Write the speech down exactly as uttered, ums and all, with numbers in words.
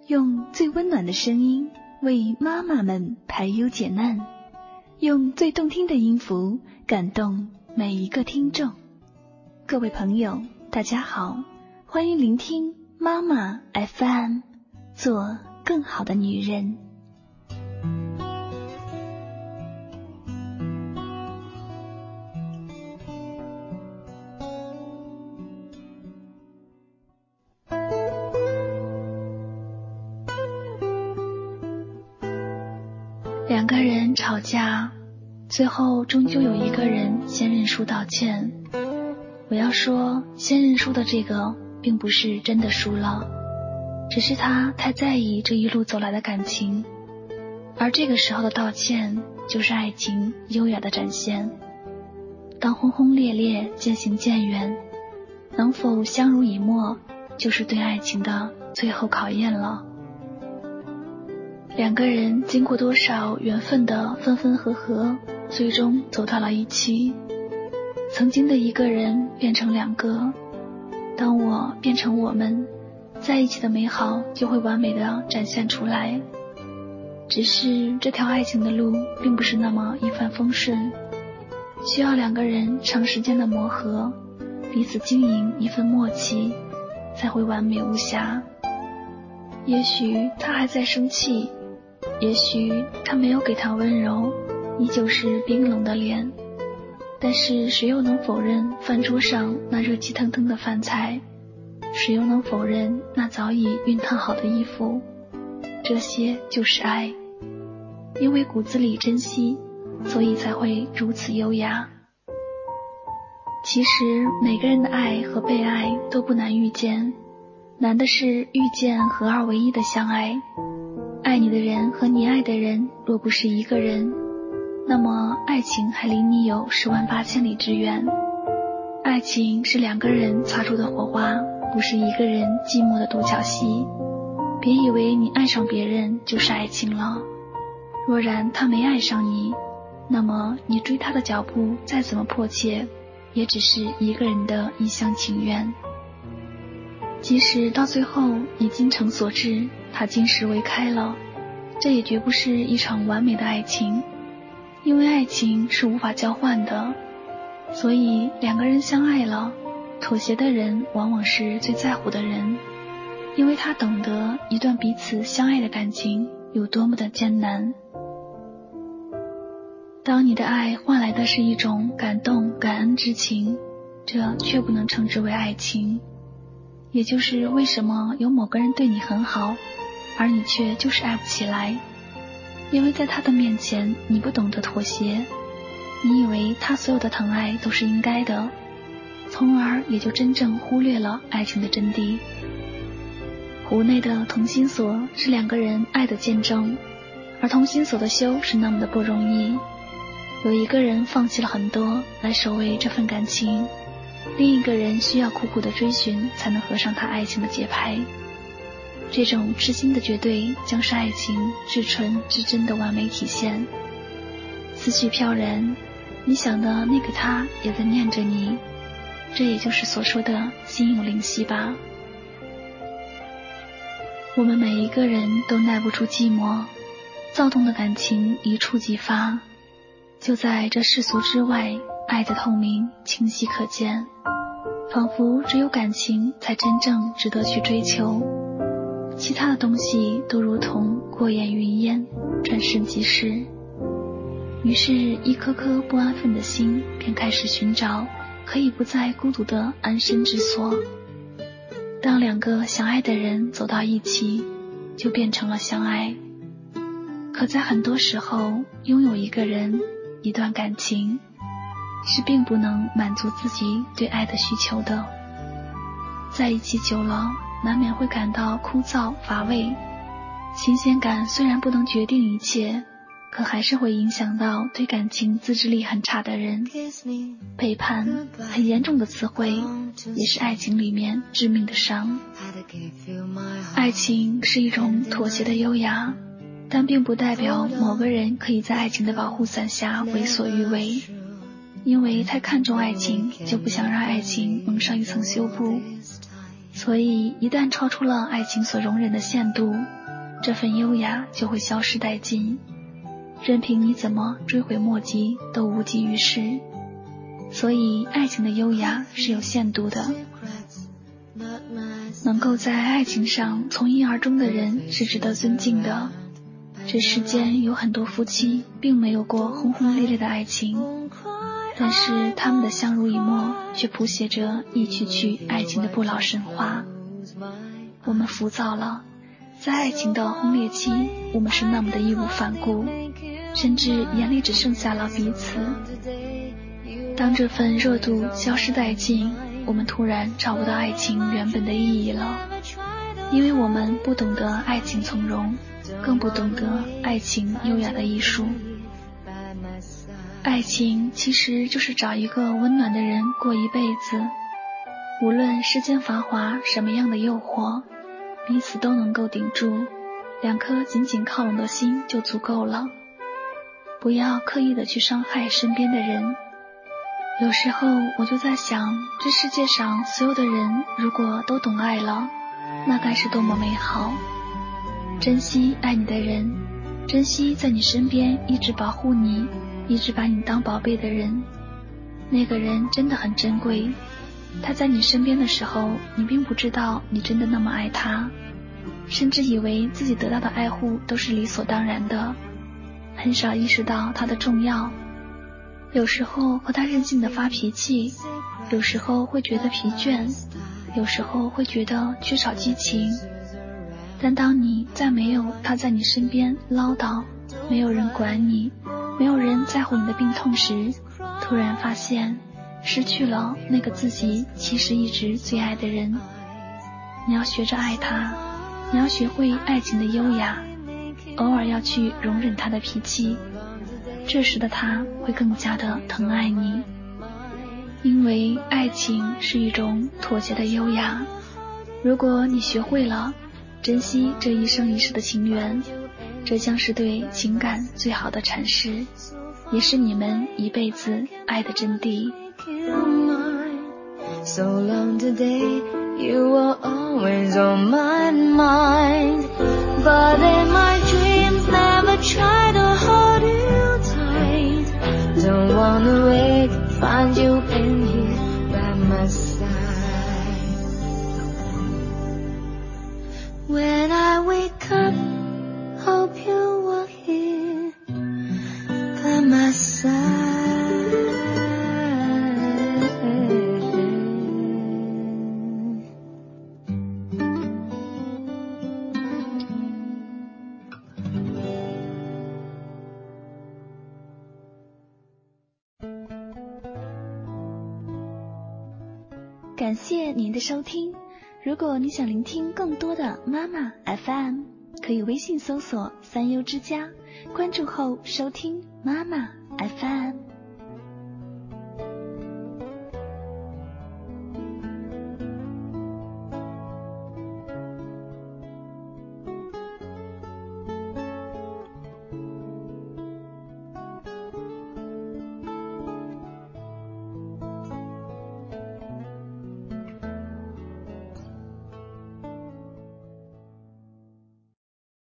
用最温暖的声音为妈妈们排忧解难，用最动听的音符感动每一个听众。各位朋友，大家好，欢迎聆听妈妈 F M， 做更好的女人。两个人吵架，最后终究有一个人先认输道歉。我要说，先认输的这个并不是真的输了，只是他太在意这一路走来的感情，而这个时候的道歉就是爱情优雅的展现。当轰轰烈烈渐行渐远，能否相濡以沫，就是对爱情的最后考验了。两个人经过多少缘分的分分合合，最终走到了一起。曾经的一个人变成两个，当我变成我们，在一起的美好就会完美的展现出来。只是这条爱情的路并不是那么一帆风顺，需要两个人长时间的磨合，彼此经营一份默契，才会完美无瑕。也许他还在生气，也许他没有给他温柔，依旧是冰冷的脸，但是谁又能否认饭桌上那热气腾腾的饭菜？谁又能否认那早已熨烫好的衣服？这些就是爱，因为骨子里珍惜，所以才会如此优雅。其实每个人的爱和被爱都不难遇见，难的是遇见合二为一的相爱。爱你的人和你爱的人若不是一个人，那么爱情还离你有十万八千里之远。爱情是两个人擦出的火花，不是一个人寂寞的独角戏。别以为你爱上别人就是爱情了，若然他没爱上你，那么你追他的脚步再怎么迫切，也只是一个人的一厢情愿。即使到最后你精诚所至，他金石为开了，这也绝不是一场完美的爱情，因为爱情是无法交换的。所以两个人相爱了，妥协的人往往是最在乎的人，因为他懂得一段彼此相爱的感情有多么的艰难。当你的爱换来的是一种感动感恩之情，这却不能称之为爱情。也就是为什么有某个人对你很好，而你却就是爱不起来，因为在他的面前你不懂得妥协，你以为他所有的疼爱都是应该的，从而也就真正忽略了爱情的真谛。湖内的同心锁是两个人爱的见证，而同心锁的修是那么的不容易。有一个人放弃了很多来守卫这份感情，另一个人需要苦苦的追寻才能合上他爱情的节拍。这种痴心的绝对将是爱情至纯至真的完美体现。思绪飘然，你想的那个他也在念着你，这也就是所说的心有灵犀吧。我们每一个人都耐不住寂寞，躁动的感情一触即发，就在这世俗之外，爱的透明清晰可见，仿佛只有感情才真正值得去追求，其他的东西都如同过眼云烟，转瞬即逝。于是一颗颗不安分的心便开始寻找可以不再孤独的安身之所。当两个相爱的人走到一起，就变成了相爱。可在很多时候，拥有一个人一段感情是并不能满足自己对爱的需求的。在一起久了，难免会感到枯燥乏味，新鲜感虽然不能决定一切，可还是会影响到对感情自制力很差的人。背叛很严重的词汇，也是爱情里面致命的伤。爱情是一种妥协的优雅，但并不代表某个人可以在爱情的保护伞下为所欲为。因为太看重爱情，就不想让爱情蒙上一层修布， 所以一旦超出了爱情所容忍的限度，这份优雅就会消失殆尽，任凭你怎么追悔莫及都无济于事。所以爱情的优雅是有限度的，能够在爱情上从一而终的人是值得尊敬的。这世间有很多夫妻并没有过轰轰烈烈的爱情，但是他们的相濡以沫却谱写着一曲曲爱情的不老神话。我们浮躁了，在爱情的轰烈期，我们是那么的义无反顾，甚至眼里只剩下了彼此。当这份热度消失殆尽，我们突然找不到爱情原本的意义了，因为我们不懂得爱情从容，更不懂得爱情优雅的艺术。爱情其实就是找一个温暖的人过一辈子，无论世间繁华什么样的诱惑，彼此都能够顶住，两颗紧紧靠拢的心就足够了。不要刻意的去伤害身边的人。有时候我就在想，这世界上所有的人如果都懂爱了，那该是多么美好。珍惜爱你的人，珍惜在你身边一直保护你，一直把你当宝贝的人。那个人真的很珍贵，他在你身边的时候，你并不知道你真的那么爱他，甚至以为自己得到的爱护都是理所当然的，很少意识到他的重要。有时候和他任性的发脾气，有时候会觉得疲倦，有时候会觉得缺少激情。但当你再没有他在你身边唠叨，没有人管你，没有人在乎你的病痛时，突然发现失去了那个自己其实一直最爱的人。你要学着爱他，你要学会爱情的优雅，偶尔要去容忍他的脾气，这时的他会更加的疼爱你。因为爱情是一种妥协的优雅，如果你学会了珍惜这一生一世的情缘，这将是对情感最好的阐释，也是你们一辈子爱的真谛。 So long today, you were always on my mind, but in my dreams never try to hold you tight. Don't wanna wait, find you in here by my side. When I wake up, hope you were here by my side. 感谢您的收听。如果你想聆听更多的妈妈 F M， 可以微信搜索三优之家，关注后收听妈妈 F M。